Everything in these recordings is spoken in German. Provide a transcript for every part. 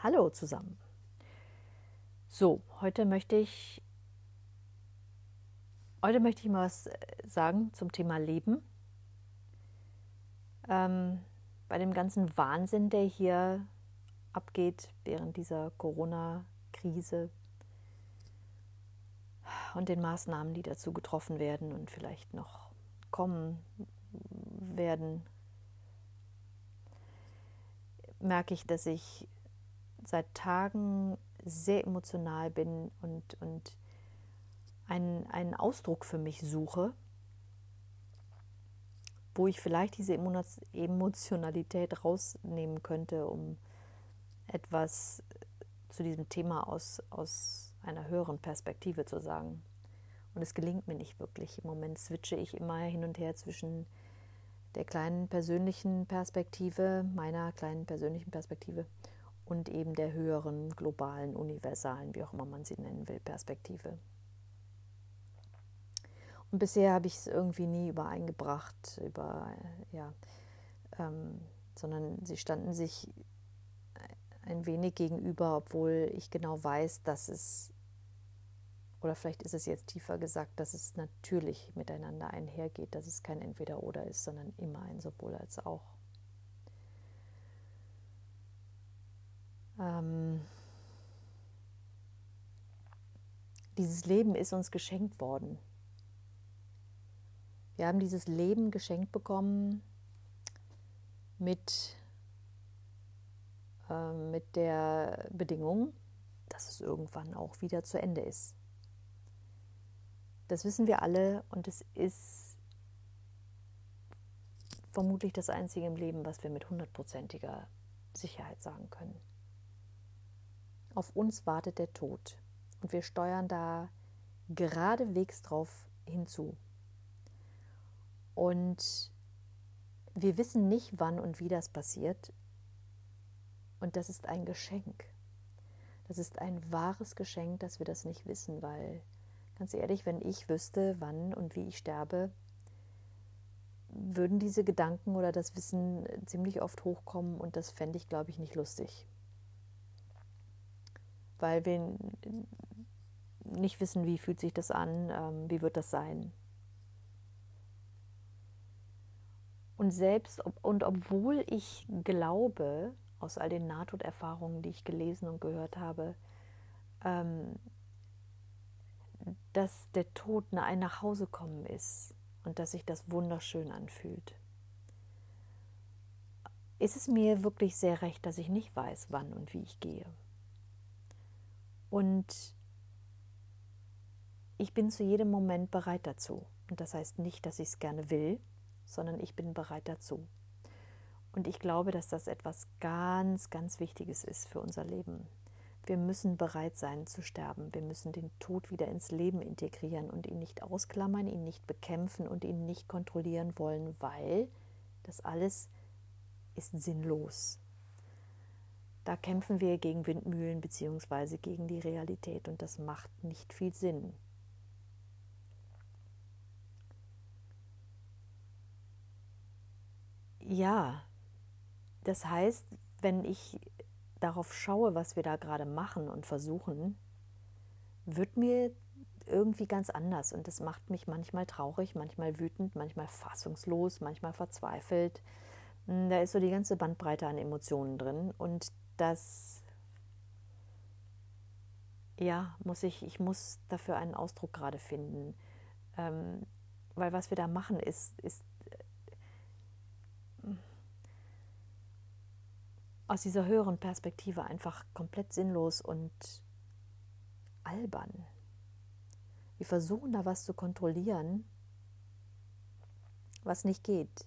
Hallo zusammen. So, heute möchte ich mal was sagen zum Thema Leben. Bei dem ganzen Wahnsinn, der hier abgeht während dieser Corona-Krise und den Maßnahmen, die dazu getroffen werden und vielleicht noch kommen werden, merke ich, dass ich seit Tagen sehr emotional bin und einen Ausdruck für mich suche, wo ich vielleicht diese Emotionalität rausnehmen könnte, um etwas zu diesem Thema aus einer höheren Perspektive zu sagen. Und es gelingt mir nicht wirklich. Im Moment switche ich immer hin und her zwischen der kleinen persönlichen Perspektive, meiner kleinen persönlichen Perspektive und eben der höheren, globalen, universalen, wie auch immer man sie nennen will, Perspektive. Und bisher habe ich es irgendwie nie übereingebracht, sondern sie standen sich ein wenig gegenüber, obwohl ich genau weiß, dass es, oder vielleicht ist es jetzt tiefer gesagt, dass es natürlich miteinander einhergeht, dass es kein Entweder-Oder ist, sondern immer ein Sowohl als auch. Dieses Leben ist uns geschenkt worden. Wir haben dieses Leben geschenkt bekommen mit der Bedingung, dass es irgendwann auch wieder zu Ende ist. Das wissen wir alle und es ist vermutlich das Einzige im Leben, was wir mit 100%iger Sicherheit sagen können. Auf uns wartet der Tod und wir steuern da geradewegs drauf hinzu. Und wir wissen nicht, wann und wie das passiert. Und das ist ein Geschenk. Das ist ein wahres Geschenk, dass wir das nicht wissen, weil, ganz ehrlich, wenn ich wüsste, wann und wie ich sterbe, würden diese Gedanken oder das Wissen ziemlich oft hochkommen und das fände ich, glaube ich, nicht lustig. Weil wir nicht wissen, wie fühlt sich das an, wie wird das sein. Und obwohl ich glaube, aus all den Nahtoderfahrungen, die ich gelesen und gehört habe, dass der Tod ein Nachhausekommen ist und dass sich das wunderschön anfühlt, ist es mir wirklich sehr recht, dass ich nicht weiß, wann und wie ich gehe. Und ich bin zu jedem Moment bereit dazu. Und das heißt nicht, dass ich es gerne will, sondern ich bin bereit dazu. Und ich glaube, dass das etwas ganz, ganz Wichtiges ist für unser Leben. Wir müssen bereit sein zu sterben. Wir müssen den Tod wieder ins Leben integrieren und ihn nicht ausklammern, ihn nicht bekämpfen und ihn nicht kontrollieren wollen, weil das alles ist sinnlos. Da kämpfen wir gegen Windmühlen bzw. gegen die Realität und das macht nicht viel Sinn. Ja, das heißt, wenn ich darauf schaue, was wir da gerade machen und versuchen, wird mir irgendwie ganz anders und das macht mich manchmal traurig, manchmal wütend, manchmal fassungslos, manchmal verzweifelt. Da ist so die ganze Bandbreite an Emotionen drin und das, ja, ich muss dafür einen Ausdruck gerade finden, weil was wir da machen ist aus dieser höheren Perspektive einfach komplett sinnlos und albern. Wir versuchen da was zu kontrollieren, was nicht geht.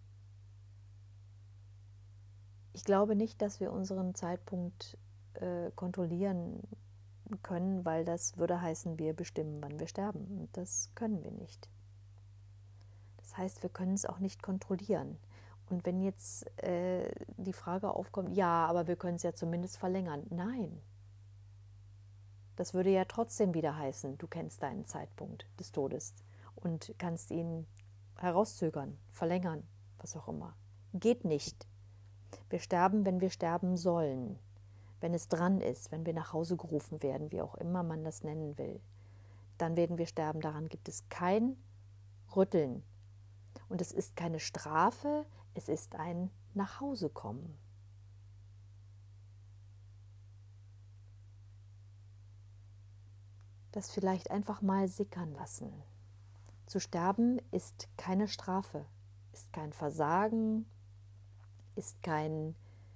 Ich glaube nicht, dass wir unseren Zeitpunkt kontrollieren können, weil das würde heißen, wir bestimmen, wann wir sterben. Und das können wir nicht. Das heißt, wir können es auch nicht kontrollieren. Und wenn jetzt die Frage aufkommt, ja, aber wir können es ja zumindest verlängern. Nein. Das würde ja trotzdem wieder heißen, du kennst deinen Zeitpunkt des Todes und kannst ihn herauszögern, verlängern, was auch immer. Geht nicht. Wir sterben, wenn wir sterben sollen. wenn es dran ist, wenn wir nach Hause gerufen werden, wie auch immer man das nennen will, dann werden wir sterben. Daran gibt es kein Rütteln. Und es ist keine Strafe, es ist ein Nachhausekommen. Das vielleicht einfach mal sickern lassen. Zu sterben ist keine Strafe, ist kein Versagen, ist kein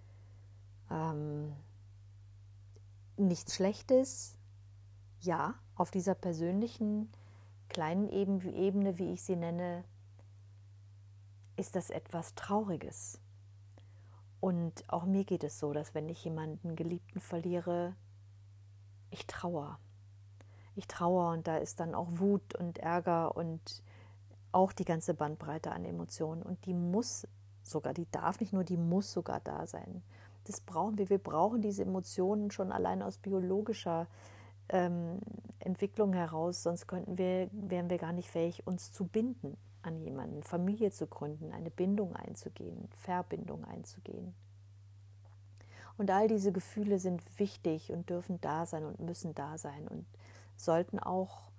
nichts Schlechtes. Ja, auf dieser persönlichen kleinen Ebene, wie ich sie nenne, ist das etwas Trauriges. Und auch mir geht es so, dass wenn ich jemanden Geliebten verliere, ich trauere. Ich trauere und da ist dann auch Wut und Ärger und auch die ganze Bandbreite an Emotionen. Und die muss sogar, die darf nicht nur, die muss sogar da sein. Das brauchen wir. Wir brauchen diese Emotionen schon allein aus biologischer Entwicklung heraus, sonst wären wir gar nicht fähig, uns zu binden an jemanden, Familie zu gründen, eine Bindung einzugehen, Verbindung einzugehen. Und all diese Gefühle sind wichtig und dürfen da sein und müssen da sein und sollten auch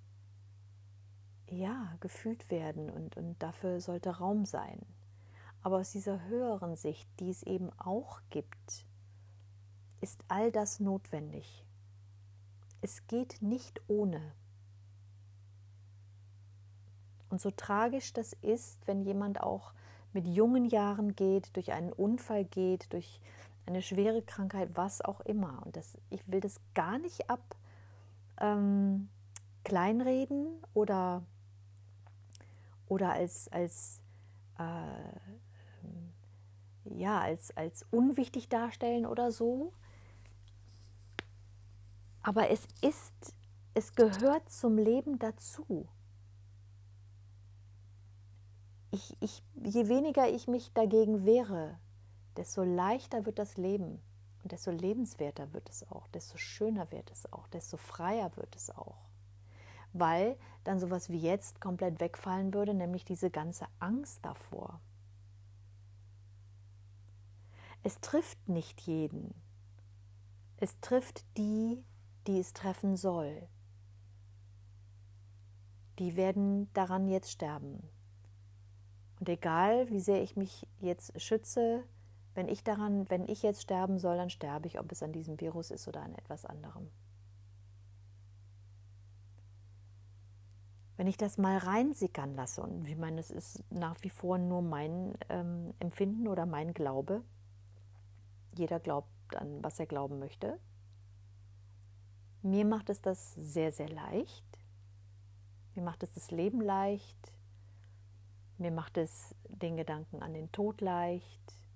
gefühlt werden und dafür sollte Raum sein. Aber aus dieser höheren Sicht, die es eben auch gibt, ist all das notwendig. Es geht nicht ohne. Und so tragisch das ist, wenn jemand auch mit jungen Jahren geht, durch einen Unfall geht, durch eine schwere Krankheit, was auch immer. Und ich will das gar nicht kleinreden oder als unwichtig darstellen oder so. Aber es gehört zum Leben dazu. Je weniger ich mich dagegen wehre, desto leichter wird das Leben und desto lebenswerter wird es auch, desto schöner wird es auch, desto freier wird es auch. Weil dann sowas wie jetzt komplett wegfallen würde, nämlich diese ganze Angst davor. Es trifft nicht jeden. Es trifft die, die es treffen soll. Die werden daran jetzt sterben. Und egal, wie sehr ich mich jetzt schütze, wenn ich jetzt sterben soll, dann sterbe ich, ob es an diesem Virus ist oder an etwas anderem. Wenn ich das mal reinsickern lasse, und ich meine, das ist nach wie vor nur mein Empfinden oder mein Glaube, jeder glaubt an, was er glauben möchte. Mir macht es das sehr, sehr leicht. Mir macht es das Leben leicht. Mir macht es den Gedanken an den Tod leicht.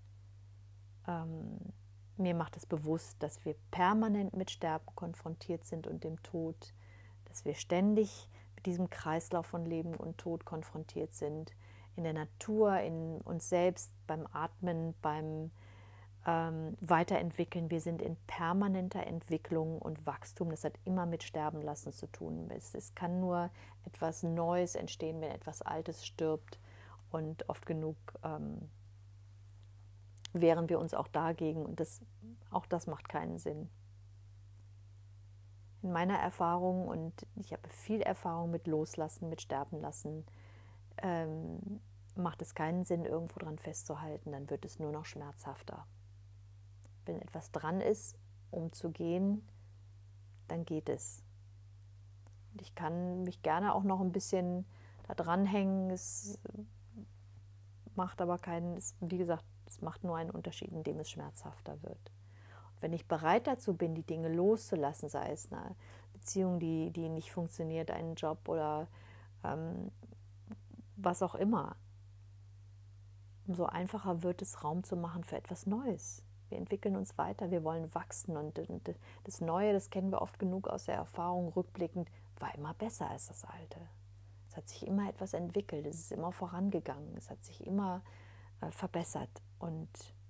Mir macht es bewusst, dass wir permanent mit Sterben konfrontiert sind und dem Tod, dass wir ständig mit diesem Kreislauf von Leben und Tod konfrontiert sind, in der Natur, in uns selbst, beim Atmen, beim Weiterentwickeln. Wir sind in permanenter Entwicklung und Wachstum. Das hat immer mit Sterben lassen zu tun. Es kann nur etwas Neues entstehen, wenn etwas Altes stirbt. Und oft genug wehren wir uns auch dagegen. Und auch das macht keinen Sinn. In meiner Erfahrung, und ich habe viel Erfahrung mit Loslassen, mit Sterben lassen, macht es keinen Sinn, irgendwo dran festzuhalten. Dann wird es nur noch schmerzhafter. Wenn etwas dran ist, um zu gehen, dann geht es. Und ich kann mich gerne auch noch ein bisschen da dranhängen. Es macht aber wie gesagt, es macht nur einen Unterschied, indem es schmerzhafter wird. Und wenn ich bereit dazu bin, die Dinge loszulassen, sei es eine Beziehung, die nicht funktioniert, einen Job oder was auch immer, umso einfacher wird es, Raum zu machen für etwas Neues. Wir entwickeln uns weiter, wir wollen wachsen und das Neue, das kennen wir oft genug aus der Erfahrung, rückblickend, war immer besser als das Alte. Es hat sich immer etwas entwickelt, es ist immer vorangegangen, es hat sich immer verbessert. Und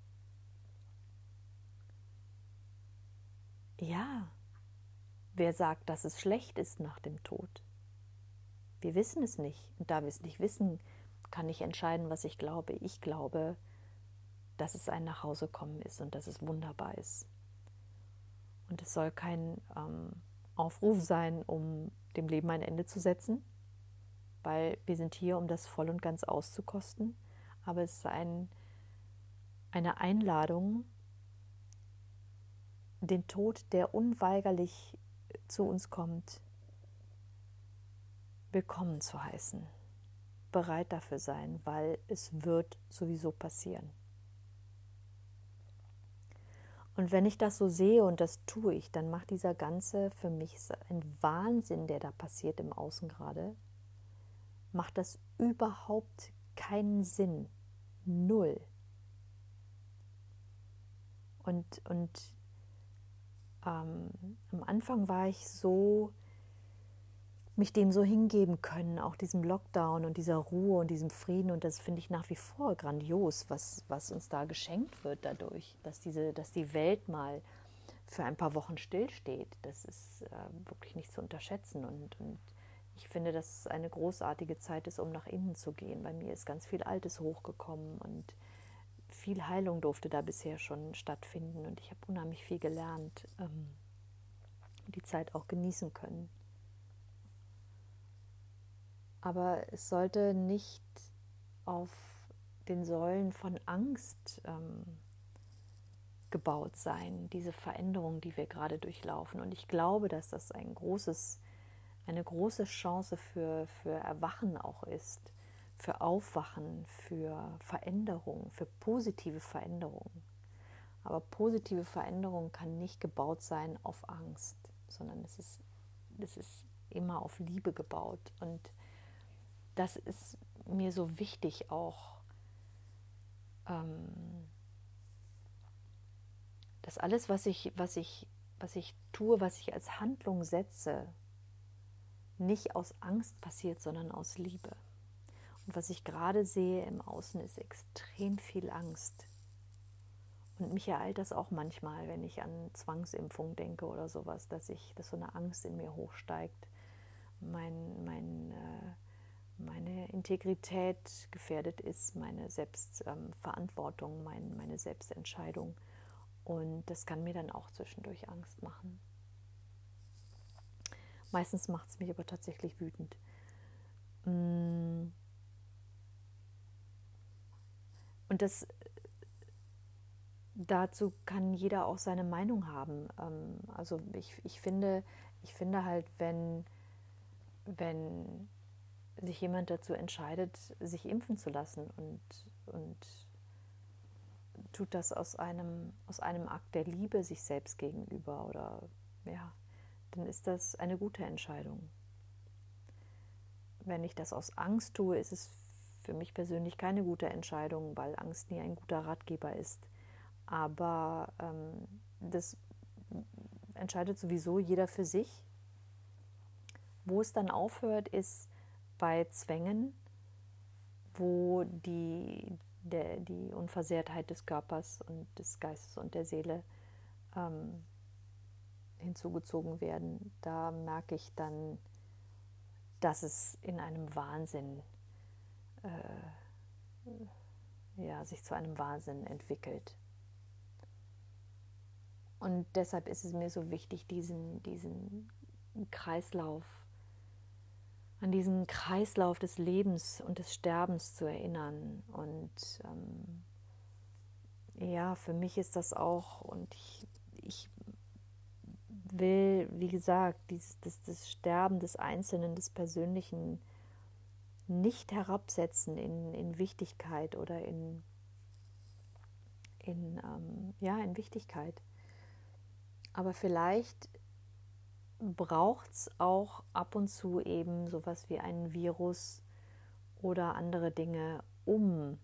ja, wer sagt, dass es schlecht ist nach dem Tod? Wir wissen es nicht. Und da wir es nicht wissen, kann ich entscheiden, was ich glaube. Ich glaube, dass es ein Nachhausekommen ist und dass es wunderbar ist. Und es soll kein Aufruf sein, um dem Leben ein Ende zu setzen, weil wir sind hier, um das voll und ganz auszukosten. Aber es ist eine Einladung, den Tod, der unweigerlich zu uns kommt, willkommen zu heißen. Bereit dafür sein, weil es wird sowieso passieren. Und wenn ich das so sehe und das tue ich, dann macht dieser ganze, für mich ein Wahnsinn, der da passiert im Außen gerade, macht das überhaupt keinen Sinn. Null. Und am Anfang war ich so, mich dem so hingeben können, auch diesem Lockdown und dieser Ruhe und diesem Frieden. Und das finde ich nach wie vor grandios, was uns da geschenkt wird dadurch, dass die Welt mal für ein paar Wochen stillsteht. Das ist wirklich nicht zu unterschätzen. Und ich finde, dass es eine großartige Zeit ist, um nach innen zu gehen. Bei mir ist ganz viel Altes hochgekommen und viel Heilung durfte da bisher schon stattfinden. Und ich habe unheimlich viel gelernt, die Zeit auch genießen können. Aber es sollte nicht auf den Säulen von Angst gebaut sein, diese Veränderung, die wir gerade durchlaufen. Und ich glaube, dass das eine große Chance für Erwachen auch ist, für Aufwachen, für Veränderung, für positive Veränderung. Aber positive Veränderung kann nicht gebaut sein auf Angst, sondern es ist immer auf Liebe gebaut. Und das ist mir so wichtig auch, dass alles, was ich tue, was ich als Handlung setze, nicht aus Angst passiert, sondern aus Liebe. Und was ich gerade sehe im Außen, ist extrem viel Angst. Und mich ereilt das auch manchmal, wenn ich an Zwangsimpfung denke oder sowas, dass so eine Angst in mir hochsteigt, meine Integrität gefährdet ist, meine Selbstverantwortung, meine Selbstentscheidung. Und das kann mir dann auch zwischendurch Angst machen. Meistens macht es mich aber tatsächlich wütend. Und dazu kann jeder auch seine Meinung haben. Also ich finde halt, wenn sich jemand dazu entscheidet, sich impfen zu lassen und tut das aus einem Akt der Liebe sich selbst gegenüber, oder ja, dann ist das eine gute Entscheidung. Wenn ich das aus Angst tue, ist es für mich persönlich keine gute Entscheidung, weil Angst nie ein guter Ratgeber ist. Aber das entscheidet sowieso jeder für sich. Wo es dann aufhört, ist bei Zwängen, wo die Unversehrtheit des Körpers und des Geistes und der Seele hinzugezogen werden. Da merke ich dann, dass es in einem Wahnsinn, sich zu einem Wahnsinn entwickelt. Und deshalb ist es mir so wichtig, diesen Kreislauf, an diesen Kreislauf des Lebens und des Sterbens zu erinnern. Und für mich ist das auch, und ich will, wie gesagt, das Sterben des Einzelnen, des Persönlichen nicht herabsetzen in Wichtigkeit oder in Wichtigkeit. Aber vielleicht braucht es auch ab und zu eben sowas wie einen Virus oder andere Dinge, um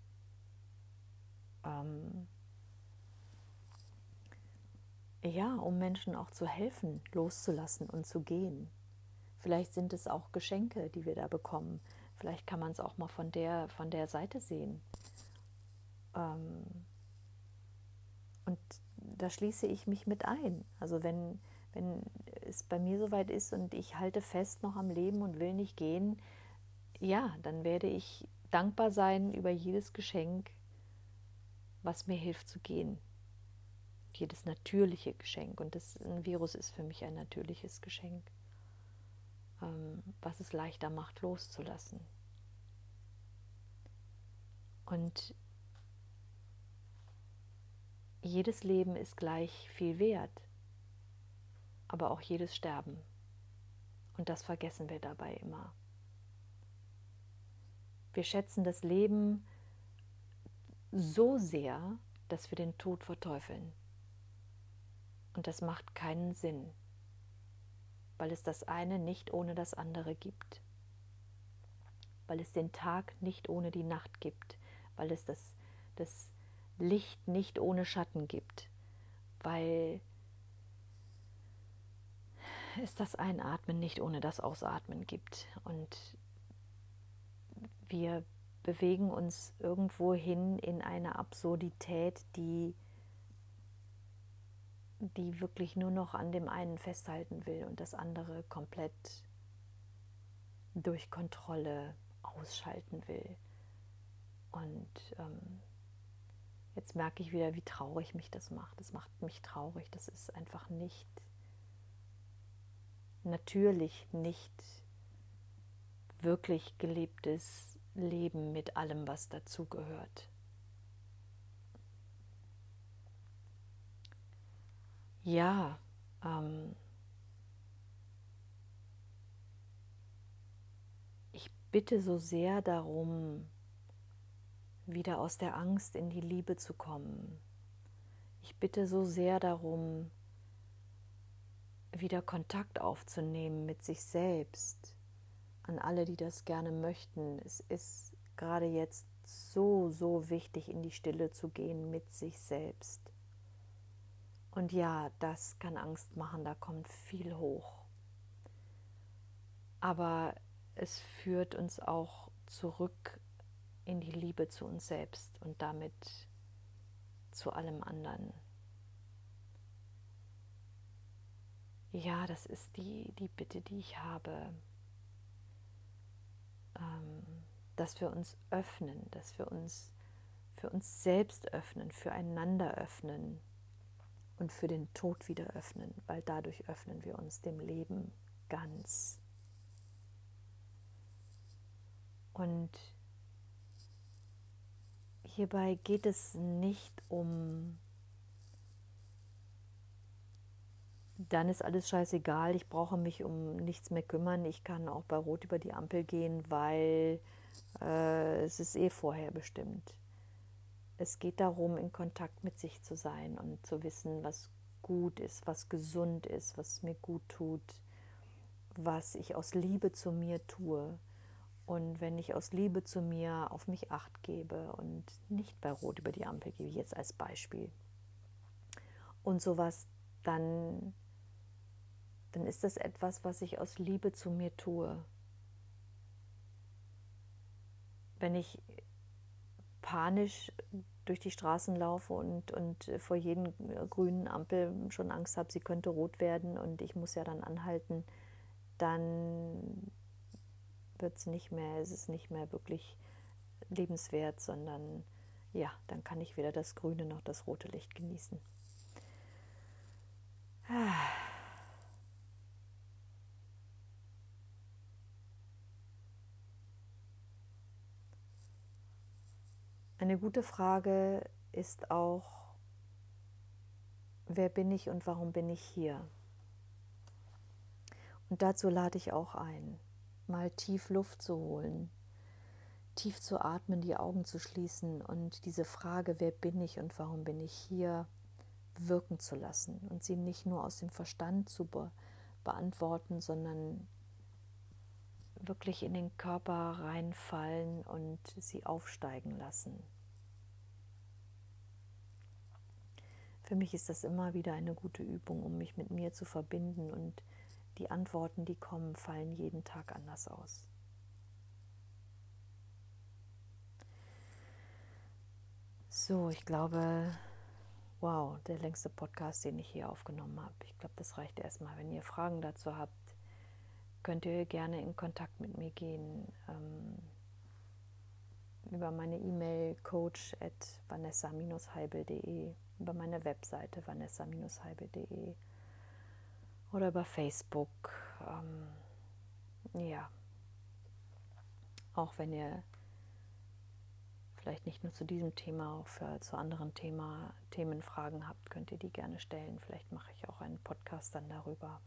Menschen auch zu helfen, loszulassen und zu gehen. Vielleicht sind es auch Geschenke, die wir da bekommen. Vielleicht kann man es auch mal von der Seite sehen. Und da schließe ich mich mit ein. Also wenn es bei mir soweit ist und ich halte fest noch am Leben und will nicht gehen, dann werde ich dankbar sein über jedes Geschenk, was mir hilft zu gehen. jedes natürliche Geschenk. Und ein Virus ist für mich ein natürliches Geschenk, was es leichter macht, loszulassen. Und jedes Leben ist gleich viel wert, aber auch jedes Sterben. Und das vergessen wir dabei immer. Wir schätzen das Leben so sehr, dass wir den Tod verteufeln. Und das macht keinen Sinn, weil es das eine nicht ohne das andere gibt. Weil es den Tag nicht ohne die Nacht gibt. Weil es das Licht nicht ohne Schatten gibt. Weil es das Einatmen nicht ohne das Ausatmen gibt. Und wir bewegen uns irgendwo hin in eine Absurdität, die wirklich nur noch an dem einen festhalten will und das andere komplett durch Kontrolle ausschalten will. Und jetzt merke ich wieder, wie traurig mich das macht. Das macht mich traurig. Das ist einfach nicht, natürlich nicht wirklich gelebtes Leben mit allem, was dazugehört. Ja, ich bitte so sehr darum, wieder aus der Angst in die Liebe zu kommen. Ich bitte so sehr darum, wieder Kontakt aufzunehmen mit sich selbst. An alle, die das gerne möchten. Es ist gerade jetzt so, so wichtig, in die Stille zu gehen mit sich selbst. Und ja, das kann Angst machen, da kommt viel hoch. Aber es führt uns auch zurück in die Liebe zu uns selbst und damit zu allem anderen. Ja, das ist die Bitte, die ich habe, dass wir uns öffnen, dass wir uns für uns selbst öffnen, füreinander öffnen und für den Tod wieder öffnen, weil dadurch öffnen wir uns dem Leben ganz. Und hierbei geht es nicht um, dann ist alles scheißegal, ich brauche mich um nichts mehr kümmern, ich kann auch bei Rot über die Ampel gehen, weil es ist eh vorher bestimmt. Es geht darum, in Kontakt mit sich zu sein und zu wissen, was gut ist, was gesund ist, was mir gut tut, was ich aus Liebe zu mir tue. Und wenn ich aus Liebe zu mir auf mich Acht gebe und nicht bei Rot über die Ampel gehe, jetzt als Beispiel, und sowas, dann ist das etwas, was ich aus Liebe zu mir tue. Wenn ich panisch durch die Straßen laufe und vor jedem grünen Ampel schon Angst habe, sie könnte rot werden und ich muss ja dann anhalten, dann es ist nicht mehr wirklich lebenswert, sondern ja, dann kann ich weder das grüne noch das rote Licht genießen. Eine gute Frage ist auch, wer bin ich und warum bin ich hier? Und dazu lade ich auch ein, mal tief Luft zu holen, tief zu atmen, die Augen zu schließen und diese Frage, wer bin ich und warum bin ich hier, wirken zu lassen und sie nicht nur aus dem Verstand zu beantworten, sondern wirklich in den Körper reinfallen und sie aufsteigen lassen. Für mich ist das immer wieder eine gute Übung, um mich mit mir zu verbinden, und die Antworten, die kommen, fallen jeden Tag anders aus. So, ich glaube, wow, der längste Podcast, den ich hier aufgenommen habe. Ich glaube, das reicht erstmal. Wenn ihr Fragen dazu habt, könnt ihr gerne in Kontakt mit mir gehen. Über meine E-Mail coach@vanessa-heibel.de über meine Webseite vanessa-halbe.de oder über Facebook. Ja, auch wenn ihr vielleicht nicht nur zu diesem Thema, auch zu anderen Themen Fragen habt, könnt ihr die gerne stellen. Vielleicht mache ich auch einen Podcast dann darüber.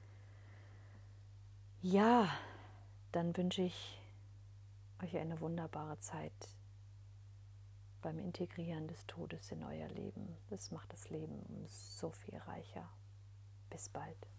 Ja, dann wünsche ich euch eine wunderbare Zeit beim Integrieren des Todes in euer Leben. Das macht das Leben so viel reicher. Bis bald.